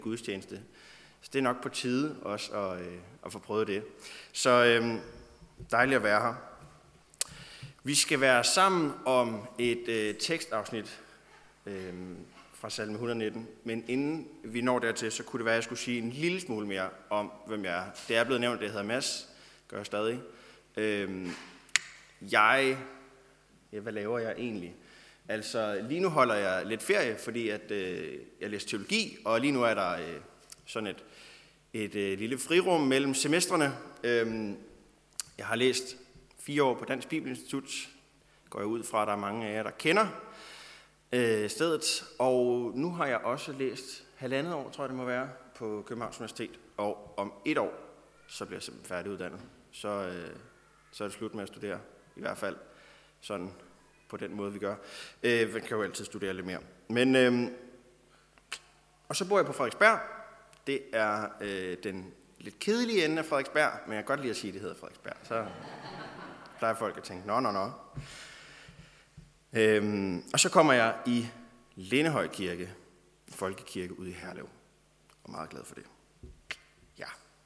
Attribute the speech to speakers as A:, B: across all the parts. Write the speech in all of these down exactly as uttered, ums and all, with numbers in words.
A: gudstjeneste. Så det er nok på tide også at, øh, at få prøvet det. Så øh, dejligt at være her. Vi skal være sammen om et øh, tekstafsnit øh, fra salme et hundrede nitten, men inden vi når dertil, så kunne det være, at jeg skulle sige en lille smule mere om, hvem jeg er. Det er blevet nævnt, at jeg hedder Mads, gør jeg stadig. Øh, jeg, ja, hvad laver jeg egentlig? Altså, lige nu holder jeg lidt ferie, fordi at, øh, jeg læser teologi, og lige nu er der øh, sådan et, et øh, lille frirum mellem semestrene. Øh, jeg har læst fire år på Dansk Bibelinstitut, går jeg ud fra, at der er mange af jer, der kender øh, stedet. Og nu har jeg også læst halvandet år, tror jeg det må være, på Københavns Universitet. Og om et år, så bliver jeg simpelthen færdiguddannet. Så, øh, så er det slut med at studere, i hvert fald sådan på den måde, vi gør. Øh, man kan jo altid studere lidt mere. Men, øh, og så bor jeg på Frederiksberg. Det er øh, den lidt kedelige ende af Frederiksberg, men jeg kan godt lide at sige, at det hedder Frederiksberg. Så plejer folk at tænke, nå, nå, nå. Øhm, og så kommer jeg i Lindehøj Kirke, folkekirke ude i Herlev. Og er meget glad for det. Ja.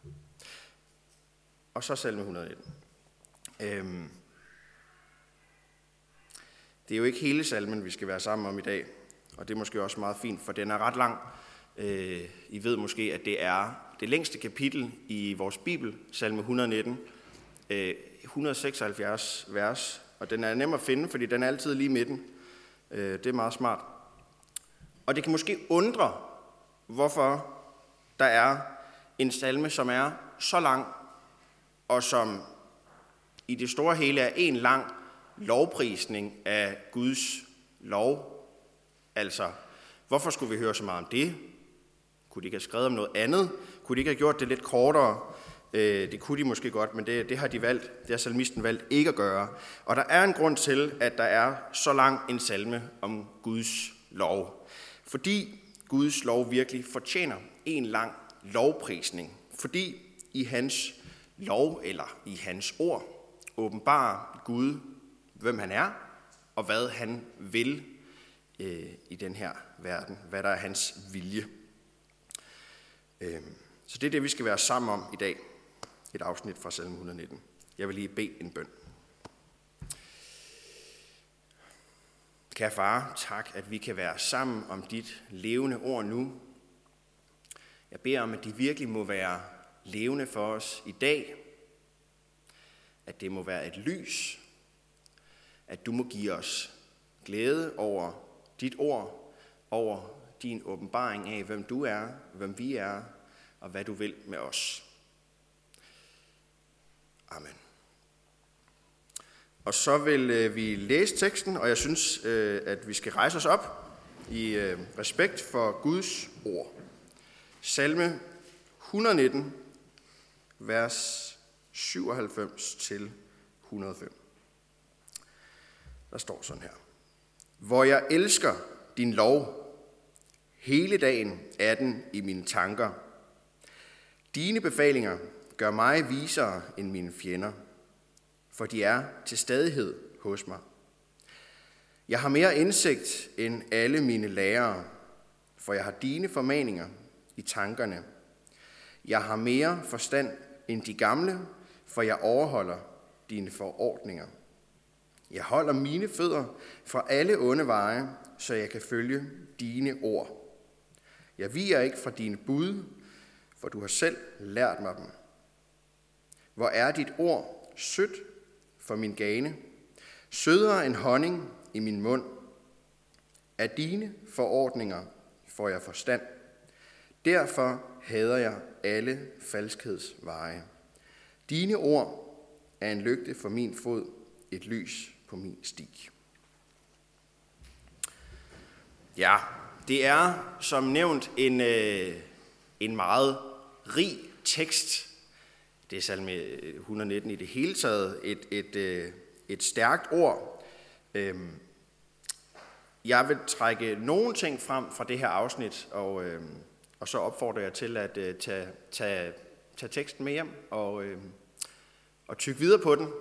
A: Og så salme et hundrede nitten. Øhm, det er jo ikke hele salmen, vi skal være sammen om i dag. Og det er måske også meget fint, for den er ret lang. Øh, I ved måske, at det er det længste kapitel i vores Bibel, salme et hundrede nitten. Øh, et hundrede og seksoghalvfjerds vers, og den er nem at finde, fordi den er altid lige i midten. Øh, det er meget smart. Og det kan måske undre, hvorfor der er en salme, som er så lang, og som i det store hele er en lang lovprisning af Guds lov. Altså, hvorfor skulle vi høre så meget om det? Kunne de ikke have skrevet om noget andet? Kunne de ikke have gjort det lidt kortere? Det kunne de måske godt, men det, det har de valgt, det har salmisten valgt ikke at gøre. Og der er en grund til, at der er så lang en salme om Guds lov. Fordi Guds lov virkelig fortjener en lang lovprisning. Fordi i hans lov, eller i hans ord, åbenbarer Gud, hvem han er, og hvad han vil øh, i den her verden. Hvad der er hans vilje. Øh, så det er det, vi skal være sammen om i dag. Et afsnit fra salme et hundrede nitten. Jeg vil lige bede en bøn. Kære far, tak, at vi kan være sammen om dit levende ord nu. Jeg beder om, at de virkelig må være levende for os i dag. At det må være et lys. At du må give os glæde over dit ord, over din åbenbaring af, hvem du er, hvem vi er, og hvad du vil med os. Amen. Og så vil øh, vi læse teksten, og jeg synes, øh, at vi skal rejse os op i øh, respekt for Guds ord. Salme et hundrede nitten, vers syvoghalvfems til et hundrede og fem. Der står sådan her. Hvor jeg elsker din lov, hele dagen er den i mine tanker. Dine befalinger gør mig visere end mine fjender, for de er til stadighed hos mig. Jeg har mere indsigt end alle mine lærere, for jeg har dine formaninger i tankerne. Jeg har mere forstand end de gamle, for jeg overholder dine forordninger. Jeg holder mine fødder fra alle onde veje, så jeg kan følge dine ord. Jeg viger ikke fra dine bud, for du har selv lært mig dem. Hvor er dit ord sødt for min gane, sødere end honning i min mund. Af dine forordninger får jeg forstand. Derfor hader jeg alle falskhedsveje. Dine ord er en lygte for min fod, et lys på min sti. Ja, det er som nævnt en, øh, en meget rig tekst. Det er salme et hundrede nitten i det hele taget, et, et, et, et stærkt ord. Jeg vil trække nogle ting frem fra det her afsnit, og, og så opfordrer jeg til at tage, tage, tage teksten med hjem og, og tygge videre på den.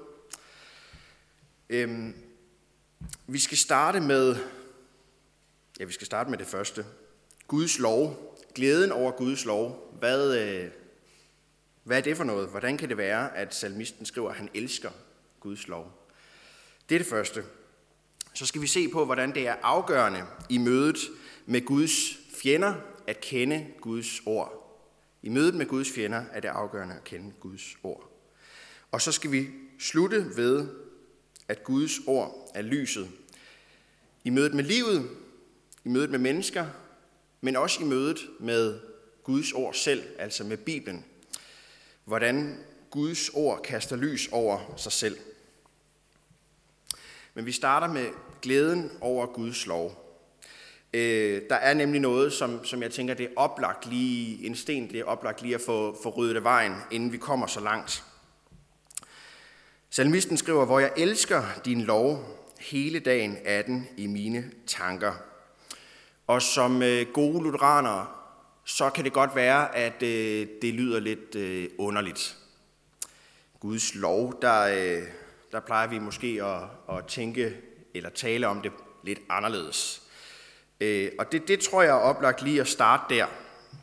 A: Vi skal starte med, ja, vi skal starte med det første. Guds lov, glæden over Guds lov. Hvad, øh, hvad er det for noget? Hvordan kan det være, at salmisten skriver, at han elsker Guds lov? Det er det første. Så skal vi se på, hvordan det er afgørende i mødet med Guds fjender at kende Guds ord. I mødet med Guds fjender er det afgørende at kende Guds ord. Og så skal vi slutte ved, at Guds ord er lyset. I mødet med livet, i mødet med mennesker, men også i mødet med Guds ord selv, altså med Bibelen. Hvordan Guds ord kaster lys over sig selv. Men vi starter med glæden over Guds lov. Øh, der er nemlig noget, som, som jeg tænker, det er oplagt lige, en sten, det er oplagt lige at få, få ryddet af vejen, inden vi kommer så langt. Salmisten skriver, hvor jeg elsker din lov, hele dagen er den i mine tanker. Og som øh, gode lutheranere, så kan det godt være, at øh, det lyder lidt øh, underligt. Guds lov, der, øh, der plejer vi måske at, at tænke eller tale om det lidt anderledes. Øh, og det, det tror jeg er oplagt lige at starte der.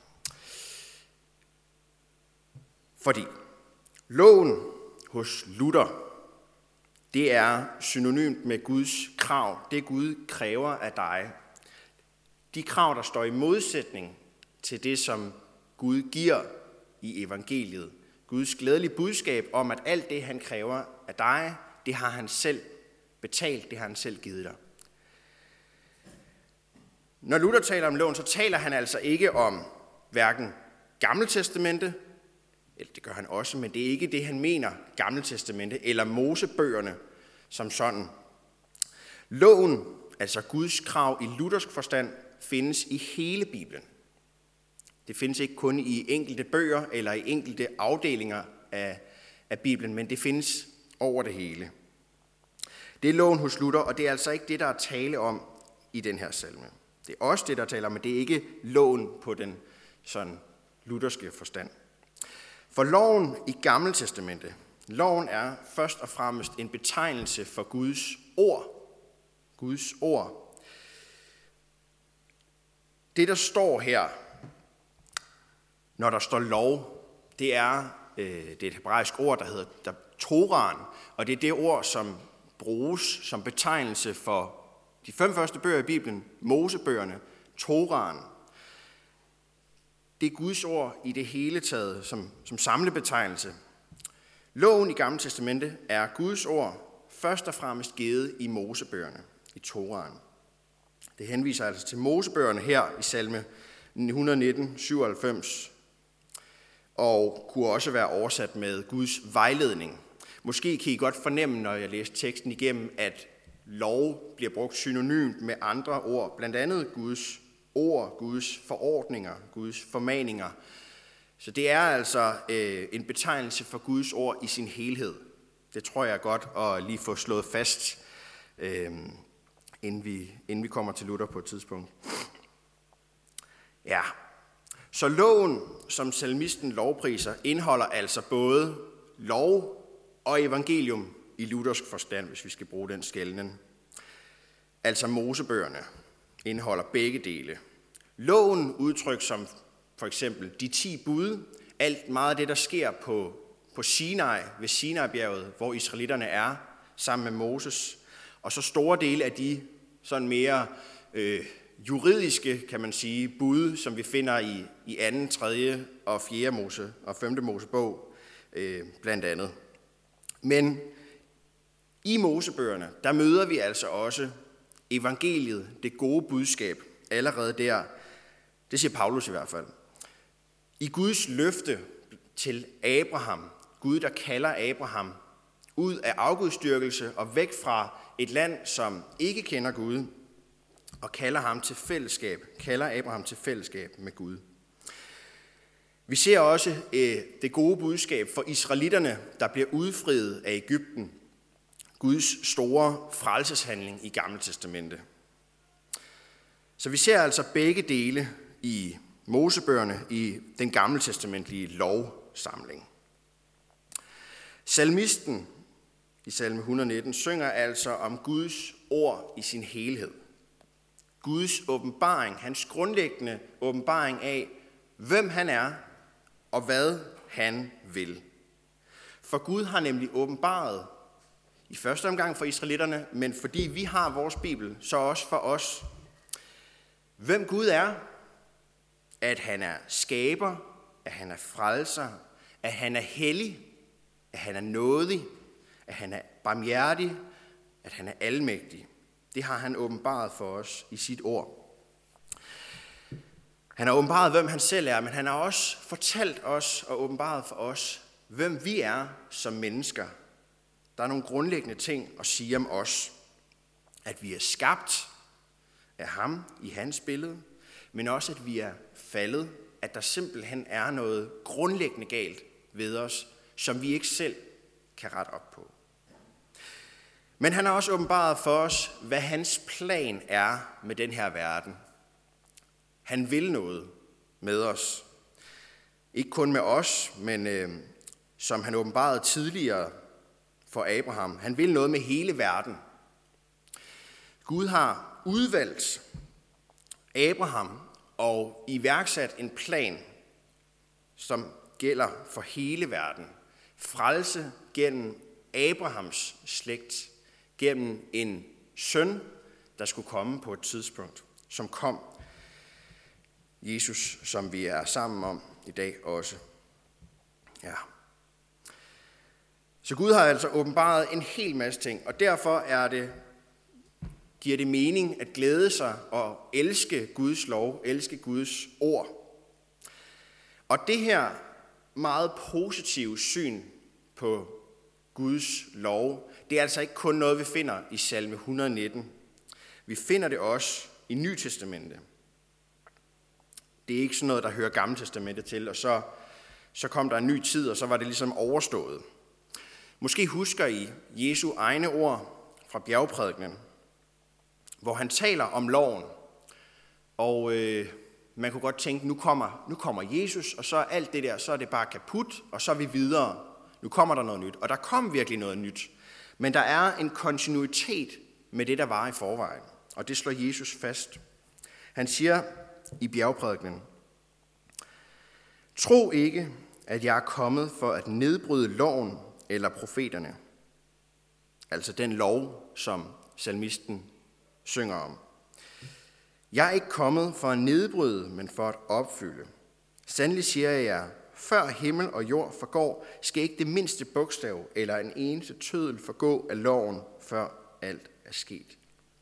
A: Fordi loven hos Luther, det er synonymt med Guds krav. Det Gud kræver af dig. De krav, der står i modsætning til det, som Gud giver i evangeliet. Guds glædelige budskab om, at alt det, han kræver af dig, det har han selv betalt, det har han selv givet dig. Når Luther taler om loven, så taler han altså ikke om hverken Gamle Testamente, eller det gør han også, men det er ikke det, han mener, Gamle Testamente, eller Mosebøgerne som sådan. Loven, altså Guds krav i luthersk forstand, findes i hele Bibelen. Det findes ikke kun i enkelte bøger eller i enkelte afdelinger af, af Bibelen, men det findes over det hele. Det er loven hos Luther, og det er altså ikke det, der er tale om i den her salme. Det er også det, der taler om, men det er ikke loven på den sådan lutherske forstand. For loven i Gamle Testamente, loven er først og fremmest en betegnelse for Guds ord. Guds ord. Det, der står her, når der står lov, det er, øh, det er et hebraisk ord, der hedder der, Toraen, og det er det ord, som bruges som betegnelse for de fem første bøger i Bibelen, Mosebøgerne, Toraen. Det er Guds ord i det hele taget som, som samlebetegnelse. Loven i Gamle Testamente er Guds ord først og fremmest givet i Mosebøgerne, i Toraen. Det henviser altså til Mosebøgerne her i salme et hundrede nitten, syvoghalvfems, og kunne også være oversat med Guds vejledning. Måske kan I godt fornemme, når jeg læser teksten igennem, at lov bliver brugt synonymt med andre ord, blandt andet Guds ord, Guds forordninger, Guds formaninger. Så det er altså øh, en betegnelse for Guds ord i sin helhed. Det tror jeg er godt at lige få slået fast, øh, inden, vi, inden vi kommer til Luther på et tidspunkt. Ja, så loven, som salmisten lovpriser, indeholder altså både lov og evangelium i luthersk forstand, hvis vi skal bruge den skelnen. Altså Mosebøgerne indeholder begge dele. Loven udtrykt som for eksempel de ti bud, alt meget af det, der sker på, på Sinai, ved Sinai-bjerget, hvor israelitterne er, sammen med Moses. Og så store dele af de sådan mere øh, juridiske, kan man sige, bud, som vi finder i, i anden, tredje og fjerde Mose og femte Mosebog, øh, blandt andet. Men i Mosebøgerne, der møder vi altså også evangeliet, det gode budskab, allerede der. Det siger Paulus i hvert fald. I Guds løfte til Abraham, Gud, der kalder Abraham ud af afgudstyrkelse og væk fra et land, som ikke kender Gud, og kalder ham til fællesskab, kalder Abraham til fællesskab med Gud. Vi ser også øh, det gode budskab for israelitterne, der bliver udfriet af Egypten. Guds store frelseshandling i Gamle Testamente. Så vi ser altså begge dele i Mosebøgerne i den gamle testamentlige lovsamling. Salmisten i salme et hundrede nitten synger altså om Guds ord i sin helhed. Guds åbenbaring, hans grundlæggende åbenbaring af, hvem han er og hvad han vil. For Gud har nemlig åbenbaret, i første omgang for israelitterne, men fordi vi har vores Bibel, så også for os, hvem Gud er, at han er skaber, at han er frelser, at han er hellig, at han er nådig, at han er barmhjertig, at han er almægtig. Det har han åbenbaret for os i sit ord. Han har åbenbaret, hvem han selv er, men han har også fortalt os og åbenbaret for os, hvem vi er som mennesker. Der er nogle grundlæggende ting at sige om os. At vi er skabt af ham i hans billede, men også at vi er faldet, at der simpelthen er noget grundlæggende galt ved os, som vi ikke selv kan rette op på. Men han har også åbenbaret for os, hvad hans plan er med den her verden. Han vil noget med os. Ikke kun med os, men øh, som han åbenbarede tidligere for Abraham. Han vil noget med hele verden. Gud har udvalgt Abraham og iværksat en plan, som gælder for hele verden. Frelse gennem Abrahams slægt, gennem en søn, der skulle komme på et tidspunkt, som kom. Jesus, som vi er sammen om i dag også. Ja. Så Gud har altså åbenbaret en hel masse ting, og derfor er det, giver det mening at glæde sig og elske Guds lov, elske Guds ord. Og det her meget positive syn på Guds lov, det er altså ikke kun noget, vi finder i salme et hundrede nitten. Vi finder det også i Nye Testamente. Det er ikke sådan noget, der hører Gamle Testamente til, og så, så kom der en ny tid, og så var det ligesom overstået. Måske husker I Jesu egne ord fra bjergprædikenen, hvor han taler om loven, og øh, man kunne godt tænke, nu kommer, nu kommer Jesus, og så er alt det der, så er det bare kaput, og så er vi videre. Nu kommer der noget nyt, og der kom virkelig noget nyt. Men der er en kontinuitet med det, der var i forvejen, og det slår Jesus fast. Han siger i bjergprædikenen: Tro ikke, at jeg er kommet for at nedbryde loven eller profeterne. Altså den lov, som salmisten synger om. Jeg er ikke kommet for at nedbryde, men for at opfylde. Sandelig siger jeg jer, før himmel og jord forgår, skal ikke det mindste bogstav eller en eneste tøddel forgå af loven, før alt er sket.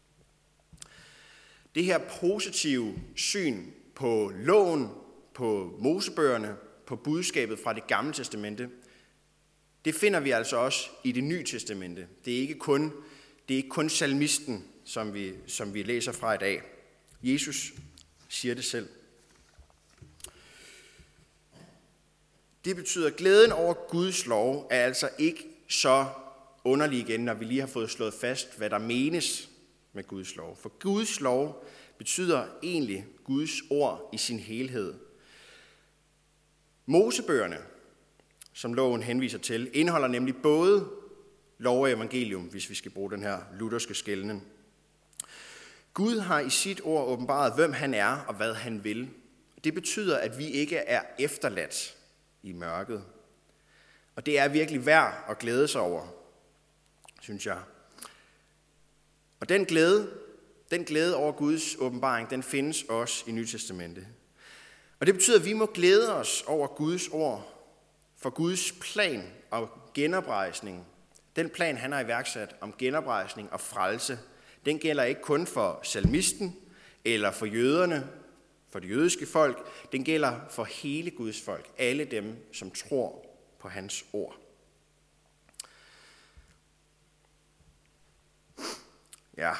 A: Det her positive syn på loven, på Mosebøgerne, på budskabet fra det gamle testamente, det finder vi altså også i det nye testamente. Det er ikke kun, det er ikke kun salmisten, som vi, som vi læser fra i dag. Jesus siger det selv. Det betyder, at glæden over Guds lov er altså ikke så underlig igen, når vi lige har fået slået fast, hvad der menes med Guds lov. For Guds lov betyder egentlig Guds ord i sin helhed. Mosebøgerne, som loven henviser til, indeholder nemlig både lov og evangelium, hvis vi skal bruge den her lutherske skelnen. Gud har i sit ord åbenbaret, hvem han er og hvad han vil. Det betyder, at vi ikke er efterladt i mørket. Og det er virkelig værd at glæde sig over, synes jeg. Og den glæde, den glæde over Guds åbenbaring, den findes også i Nye Testamente. Og det betyder, at vi må glæde os over Guds ord, for Guds plan om genoprejsning, den plan, han har iværksat om genoprejsning og frelse, den gælder ikke kun for salmisten eller for jøderne, for det jødiske folk. Den gælder for hele Guds folk, alle dem, som tror på hans ord. Ja,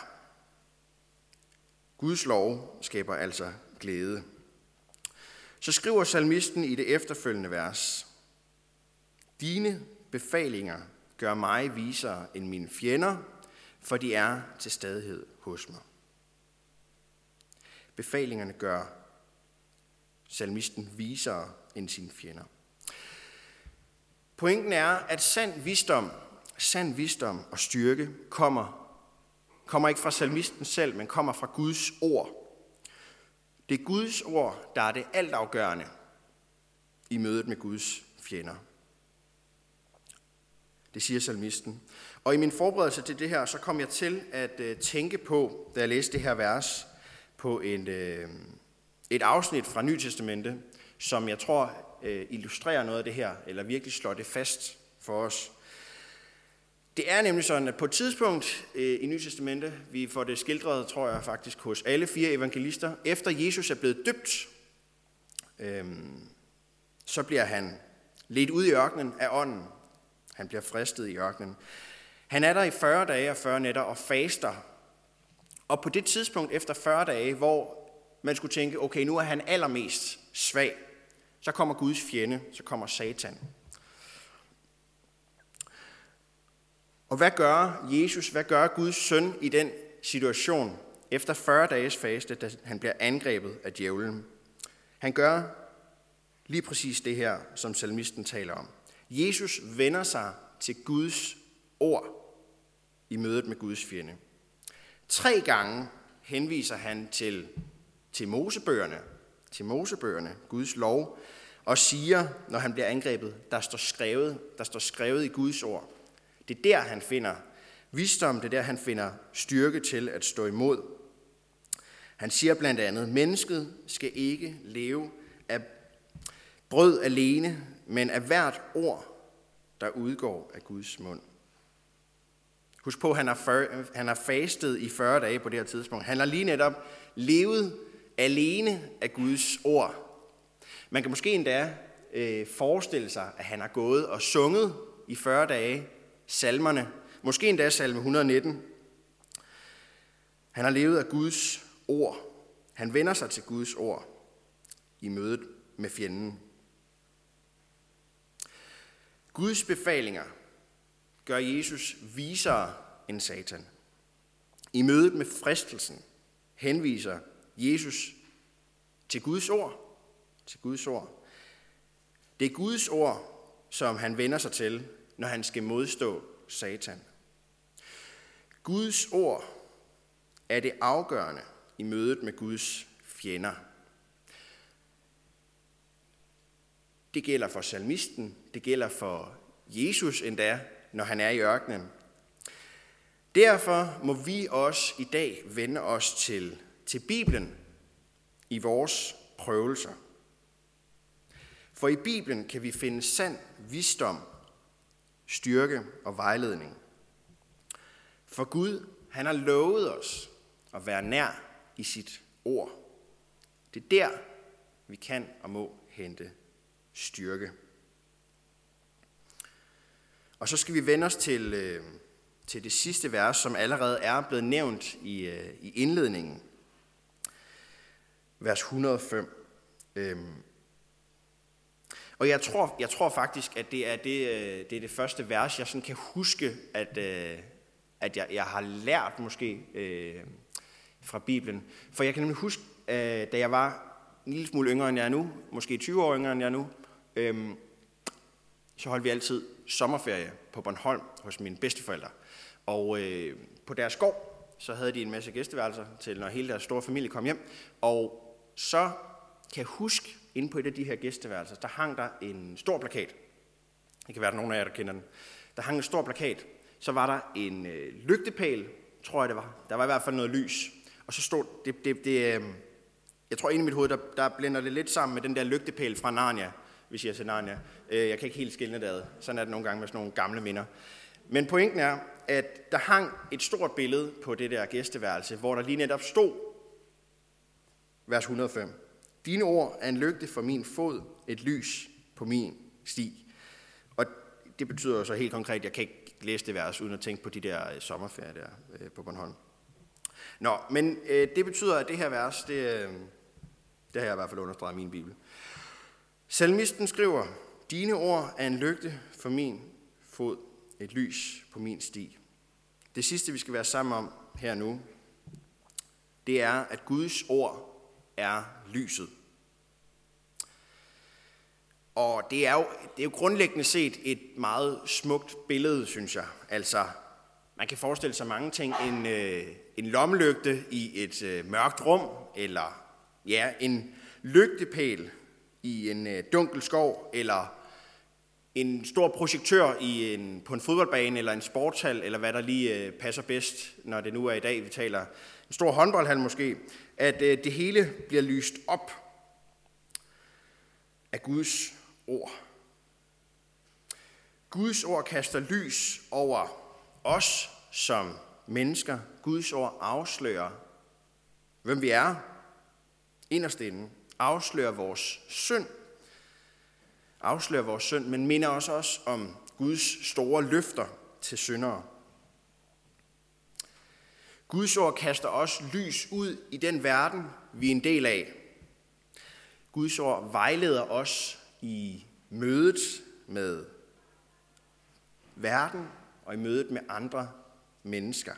A: Guds lov skaber altså glæde. Så skriver salmisten i det efterfølgende vers: Dine befalinger gør mig visere end mine fjender, for de er til stadighed hos mig. Befalingerne gør salmisten visere end sine fjender. Pointen er, at sand visdom, sand visdom og styrke kommer, kommer ikke fra salmisten selv, men kommer fra Guds ord. Det er Guds ord, der er det altafgørende i mødet med Guds fjender. Det siger salmisten. Og i min forberedelse til det her, så kom jeg til at øh, tænke på, da jeg læste det her vers, på en, øh, et afsnit fra Nye Testamente, som jeg tror øh, illustrerer noget af det her, eller virkelig slår det fast for os. Det er nemlig sådan, at på et tidspunkt øh, i Nye Testamente, vi får det skildret, tror jeg faktisk, hos alle fire evangelister, efter Jesus er blevet døbt, øh, så bliver han ledt ud i ørkenen af ånden. Han bliver fristet i ørkenen. Han er der i fyrre dage og fyrre nætter og faster. Og på det tidspunkt efter fyrre dage, hvor man skulle tænke, okay, nu er han allermest svag, så kommer Guds fjende, så kommer Satan. Og hvad gør Jesus, hvad gør Guds søn i den situation, efter fyrre dages faste, da han bliver angrebet af djævlen? Han gør lige præcis det her, som salmisten taler om. Jesus vender sig til Guds ord i mødet med Guds fjende. Tre gange henviser han til, til Mosebøgerne, til Mosebøgerne, Guds lov, og siger, når han bliver angrebet, der står skrevet, der står skrevet i Guds ord. Det er der, han finder visdom, det er der, han finder styrke til at stå imod. Han siger blandt andet, mennesket skal ikke leve af brød alene, men af hvert ord, der udgår af Guds mund. Husk på, han har, han har fastet i fyrre dage på det her tidspunkt. Han har lige netop levet alene af Guds ord. Man kan måske endda øh, forestille sig, at han har gået og sunget i fyrre dage salmerne. Måske endda salme et hundrede nitten. Han har levet af Guds ord. Han vender sig til Guds ord i mødet med fjenden. Guds befalinger gør Jesus visere end Satan. I mødet med fristelsen henviser Jesus til Guds ord. Til Guds ord. Det er Guds ord, som han vender sig til, når han skal modstå Satan. Guds ord er det afgørende i mødet med Guds fjender. Det gælder for salmisten, det gælder for Jesus endda, når han er i ørkenen. Derfor må vi også i dag vende os til, til Bibelen i vores prøvelser. For i Bibelen kan vi finde sand visdom, styrke og vejledning. For Gud, han har lovet os at være nær i sit ord. Det er der, vi kan og må hente styrke. Og så skal vi vende os til, øh, til det sidste vers, som allerede er blevet nævnt i, øh, i indledningen. Vers et hundrede og fem. Øhm. Og jeg tror, jeg tror faktisk, at det er det, øh, det er det første vers, jeg sådan kan huske, at, øh, at jeg, jeg har lært måske øh, fra Bibelen. For jeg kan nemlig huske, øh, da jeg var en lille smule yngre end jeg er nu, måske tyve år yngre end jeg er nu, øh, så holdt vi altid sommerferie på Bornholm hos mine bedsteforældre. Og øh, på deres gård, så havde de en masse gæsteværelser til, når hele deres store familie kom hjem. Og så kan jeg huske, inde på et af de her gæsteværelser, der hang der en stor plakat. Det kan være, der nogen af jer, der kender den. Der hang en stor plakat. Så var der en øh, lygtepæl, tror jeg det var. Der var i hvert fald noget lys. Og så stod det, det, det øh, jeg tror inde i mit hoved, der, der blænder det lidt sammen med den der lygtepæl fra Narnia, hvis jeg siger Narnia. Jeg kan ikke helt skille det ad. Sådan er det nogle gange med sådan nogle gamle minder. Men pointen er, at der hang et stort billede på det der gæsteværelse, hvor der lige netop stod, vers et hundrede og fem. Dine ord er en lygte for min fod, et lys på min sti. Og det betyder jo så helt konkret, at jeg kan ikke læse det vers, uden at tænke på de der sommerferier der på Bornholm. Nå, men øh, det betyder, at det her vers, det, øh, det har jeg i hvert fald understreget i min bibel. Salmisten skriver, dine ord er en lygte for min fod, et lys på min sti. Det sidste, vi skal være sammen om her nu, det er, at Guds ord er lyset. Og det er jo, det er jo grundlæggende set et meget smukt billede, synes jeg. Altså, man kan forestille sig mange ting. En, øh, en lommelygte i et øh, mørkt rum, eller ja, en lygtepæl i en øh, dunkel skov, eller en stor projektør i en, på en fodboldbane, eller en sportshal, eller hvad der lige øh, passer bedst, når det nu er i dag, vi taler en stor håndboldhal måske, at øh, det hele bliver lyst op af Guds ord. Guds ord kaster lys over os som mennesker. Guds ord afslører, hvem vi er, inderst inde, afslører vores synd, afslører vores synd, men minder os også om Guds store løfter til syndere. Guds ord kaster også lys ud i den verden, vi er en del af. Guds ord vejleder os i mødet med verden og i mødet med andre mennesker.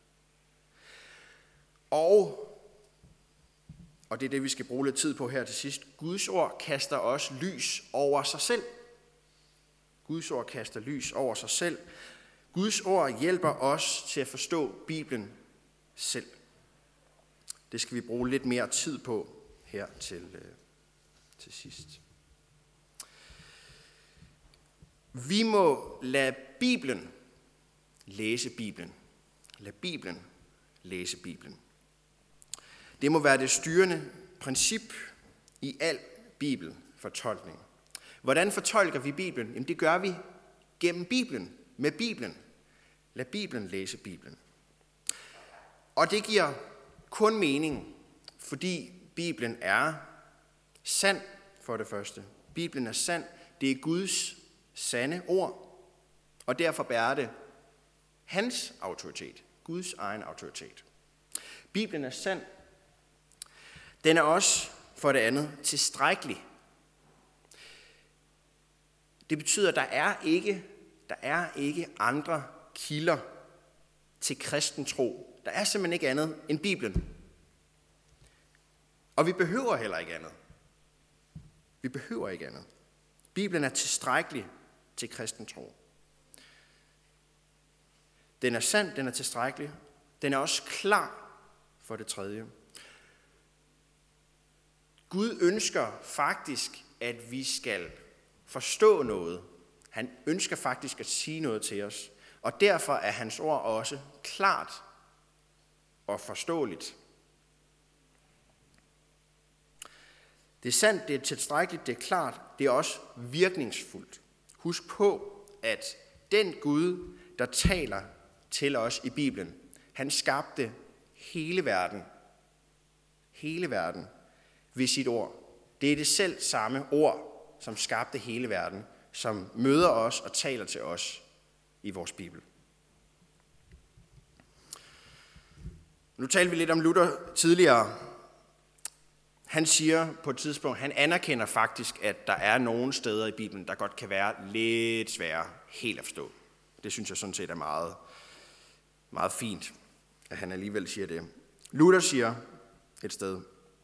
A: Og, og det er det, vi skal bruge lidt tid på her til sidst, Guds ord kaster også lys over sig selv. Guds ord kaster lys over sig selv. Guds ord hjælper os til at forstå Bibelen selv. Det skal vi bruge lidt mere tid på her til, øh, til sidst. Vi må lade Bibelen læse Bibelen. Lad Bibelen læse Bibelen. Det må være det styrende princip i al bibelfortolkning. Hvordan fortolker vi Bibelen? Jamen det gør vi gennem Bibelen, med Bibelen. Lad Bibelen læse Bibelen. Og det giver kun mening, fordi Bibelen er sand for det første. Bibelen er sand. Det er Guds sande ord, og derfor bærer det hans autoritet, Guds egen autoritet. Bibelen er sand. Den er også, for det andet, tilstrækkelig. Det betyder, at der er ikke, der er ikke andre kilder til kristen tro. Der er simpelthen ikke andet end Bibelen. Og vi behøver heller ikke andet. Vi behøver ikke andet. Bibelen er tilstrækkelig til kristen tro. Den er sand, den er tilstrækkelig. Den er også klar for det tredje. Gud ønsker faktisk, at vi skal forstå noget. Han ønsker faktisk at sige noget til os. Og derfor er hans ord også klart og forståeligt. Det er sandt, det er tilstrækkeligt, det er klart, det er også virkningsfuldt. Husk på, at den Gud, der taler til os i Bibelen, han skabte hele verden, hele verden ved sit ord. Det er det selv samme ord, som skabte hele verden, som møder os og taler til os i vores Bibel. Nu talte vi lidt om Luther tidligere. Han siger på et tidspunkt, han anerkender faktisk, at der er nogle steder i Bibelen, der godt kan være lidt svære helt at forstå. Det synes jeg sådan set er meget, meget fint, at han alligevel siger det. Luther siger et sted,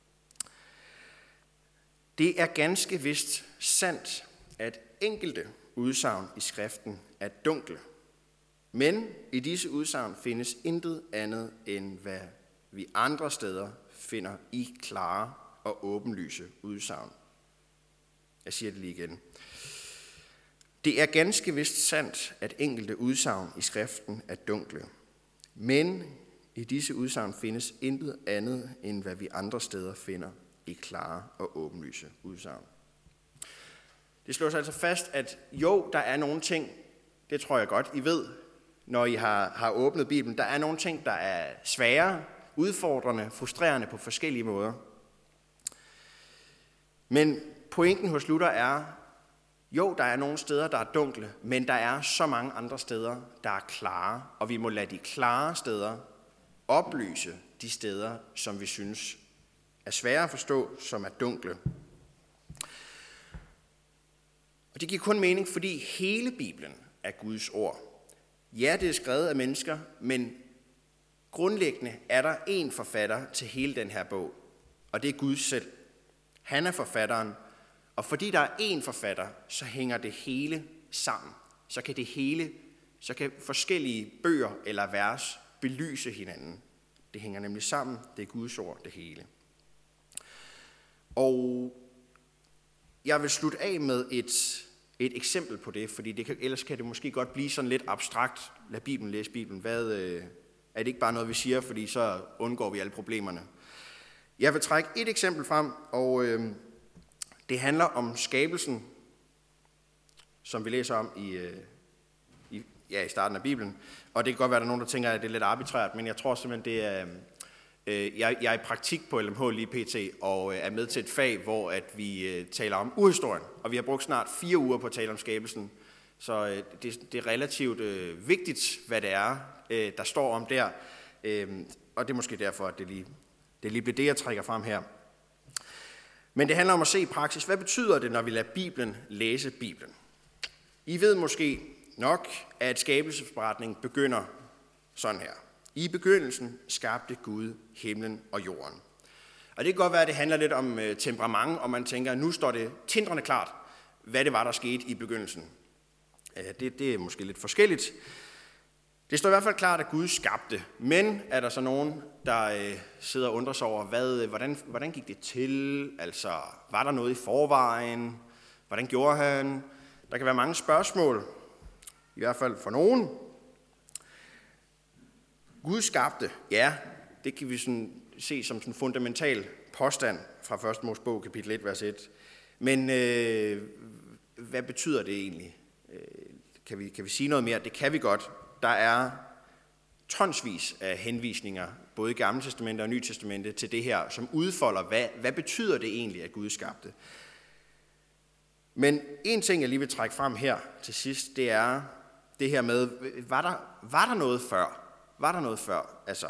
A: det er ganske vist sandt, at enkelte udsagn i skriften er dunkle. Men i disse udsagn findes intet andet, end hvad vi andre steder finder i klare og åbenlyse udsagn. Jeg siger det lige igen. Det er ganske vist sandt, at enkelte udsagn i skriften er dunkle. Men i disse udsagn findes intet andet, end hvad vi andre steder finder i klare og åbenlyse udsagn. Det slår sig altså fast, at jo, der er nogle ting, det tror jeg godt, I ved, når I har, har åbnet Bibelen, der er nogle ting, der er svære, udfordrende, frustrerende på forskellige måder. Men pointen hos Luther er, jo, der er nogle steder, der er dunkle, men der er så mange andre steder, der er klare, og vi må lade de klare steder oplyse de steder, som vi synes er svære at forstå, som er dunkle. Og det giver kun mening, fordi hele Bibelen er Guds ord. Ja, det er skrevet af mennesker, men grundlæggende er der én forfatter til hele den her bog, og det er Gud selv. Han er forfatteren, og fordi der er én forfatter, så hænger det hele sammen. Så kan det hele, så kan forskellige bøger eller vers belyse hinanden. Det hænger nemlig sammen, det er Guds ord, det hele. Og Jeg vil slutte af med et, et eksempel på det, fordi det kan, ellers kan det måske godt blive sådan lidt abstrakt. Lad Bibelen læse Bibelen. Hvad, øh, er det ikke bare noget, vi siger, fordi så undgår vi alle problemerne? Jeg vil trække et eksempel frem, og øh, det handler om skabelsen, som vi læser om i, øh, i, ja, i starten af Bibelen. Og det kan godt være, at der er nogen, der tænker, at det er lidt arbitrært, men jeg tror simpelthen, det er... Øh, jeg, jeg er i praktik på L M H lige pt. Og øh, er med til et fag, hvor at vi øh, taler om urhistorien. Og vi har brugt snart fire uger på at tale om skabelsen. Så øh, det, det er relativt øh, vigtigt, hvad det er, øh, der står om der. Øh, og det er måske derfor, at det lige, det lige bliver det, jeg trækker frem her. Men det handler om at se i praksis, hvad betyder det, når vi lader Bibelen læse Bibelen? I ved måske nok, at skabelsesberetningen begynder sådan her. I begyndelsen skabte Gud himlen og jorden. Og det kan godt være, at det handler lidt om øh, temperament, og man tænker, at nu står det tindrende klart, hvad det var, der skete i begyndelsen. Øh, det, det er måske lidt forskelligt. Det står i hvert fald klart, at Gud skabte. Men er der så nogen, der øh, sidder og undrer sig over, hvad, hvordan, hvordan gik det til? Altså, var der noget i forvejen? Hvordan gjorde han? Der kan være mange spørgsmål, i hvert fald for nogen. Gud skabte, ja, det kan vi sådan se som en fundamental påstand fra første Mosebog, kapitel et, vers et. Men øh, hvad betyder det egentlig? Øh, kan, vi, kan vi sige noget mere? Det kan vi godt. Der er tonsvis af henvisninger, både i Gamle Testamente og Nye Testamente, til det her, som udfolder, hvad, hvad betyder det egentlig, at Gud skabte? Men en ting, jeg lige vil trække frem her til sidst, det er det her med, var der, var der noget før? Var der noget før? Altså,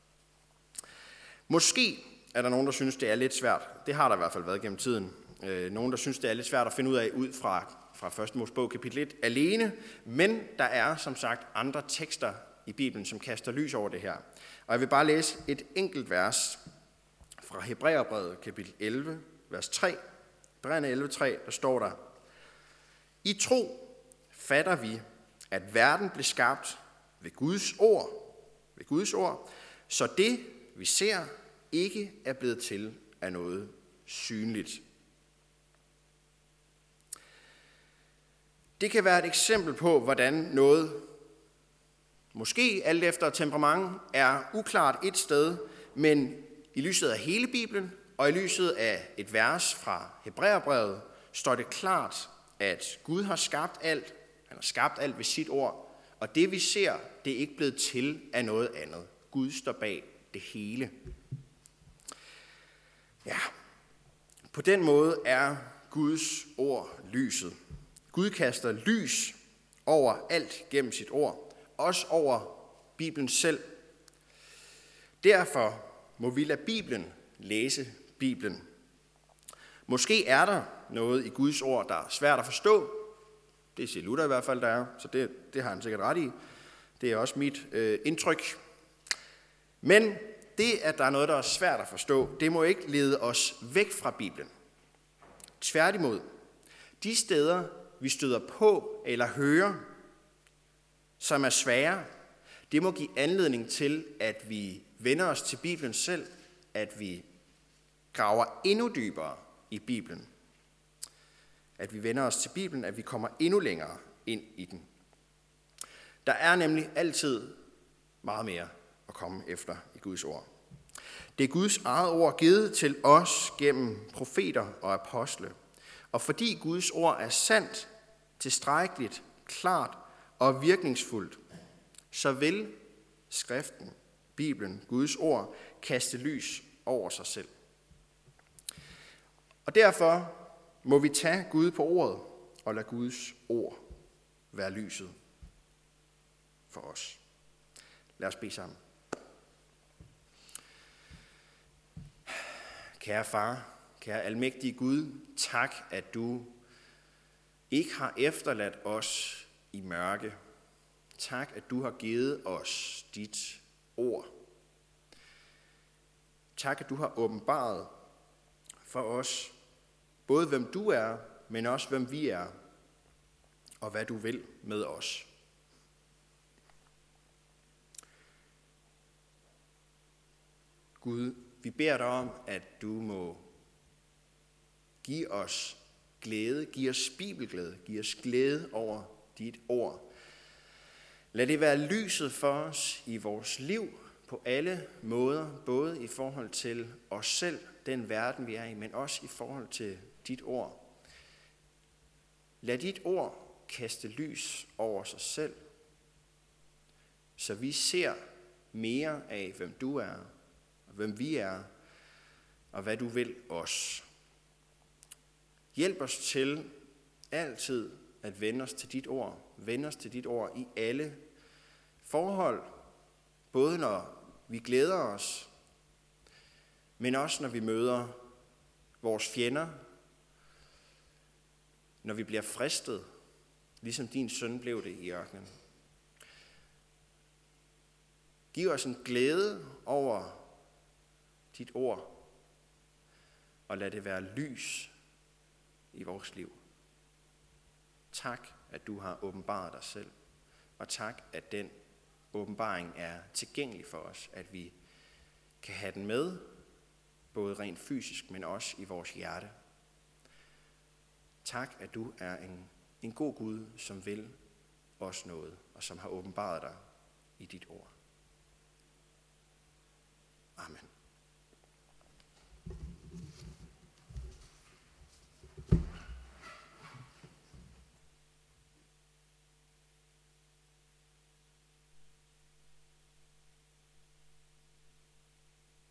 A: måske er der nogen, der synes, det er lidt svært. Det har der i hvert fald været gennem tiden. Øh, nogen, der synes, det er lidt svært at finde ud af ud fra, fra første Mosebog kapitel et alene. Men der er som sagt andre tekster i Bibelen, som kaster lys over det her. Og jeg vil bare læse et enkelt vers fra Hebræerbrevet kapitel elleve, vers tre. Hebræerne elleve, tre, der står der: I tro fatter vi, at verden blev skabt ved Guds ord, ved Guds ord, så det, vi ser, ikke er blevet til af noget synligt. Det kan være et eksempel på, hvordan noget, måske alt efter temperament, er uklart et sted, men i lyset af hele Bibelen og i lyset af et vers fra Hebræerbrevet, står det klart, at Gud har skabt alt, han har skabt alt ved sit ord, og det vi ser, det er ikke blevet til af noget andet. Gud står bag det hele. Ja, på den måde er Guds ord lyset. Gud kaster lys over alt gennem sit ord, også over Bibelen selv. Derfor må vi lade Bibelen læse Bibelen. Måske er der noget i Guds ord, der er svært at forstå. Det siger Luther i hvert fald, der er, så det, det har han sikkert ret i. Det er også mit øh, indtryk. Men det, at der er noget, der er svært at forstå, det må ikke lede os væk fra Bibelen. Tværtimod, de steder, vi støder på eller hører, som er svære, det må give anledning til, at vi vender os til Bibelen selv, at vi graver endnu dybere i Bibelen. At vi vender os til Bibelen, at vi kommer endnu længere ind i den. Der er nemlig altid meget mere at komme efter i Guds ord. Det er Guds eget ord givet til os gennem profeter og apostle. Og fordi Guds ord er sandt, tilstrækkeligt, klart og virkningsfuldt, så vil skriften, Bibelen, Guds ord, kaste lys over sig selv. Og derfor må vi tage Gud på ordet og lade Guds ord være lyset for os. Lad os bede sammen. Kære far, kære almægtige Gud, tak, at du ikke har efterladt os i mørke. Tak, at du har givet os dit ord. Tak, at du har åbenbaret for os, både hvem du er, men også hvem vi er, og hvad du vil med os. Gud, vi beder dig om, at du må give os glæde. Giv os bibelglæde. Giv os glæde over dit ord. Lad det være lyset for os i vores liv på alle måder, både i forhold til os selv, den verden vi er i, men også i forhold til dit ord. Lad dit ord kaste lys over sig selv, så vi ser mere af, hvem du er, og hvem vi er, og hvad du vil os. Hjælp os til altid at vende os til dit ord, vende os til dit ord i alle forhold, både når vi glæder os, men også når vi møder vores fjender, når vi bliver fristet, ligesom din søn blev det i ørkenen. Giv os en glæde over dit ord, og lad det være lys i vores liv. Tak, at du har åbenbaret dig selv, og tak, at den åbenbaring er tilgængelig for os, at vi kan have den med, både rent fysisk, men også i vores hjerte. Tak, at du er en, en god Gud, som vil os noget, og som har åbenbaret dig i dit ord. Amen.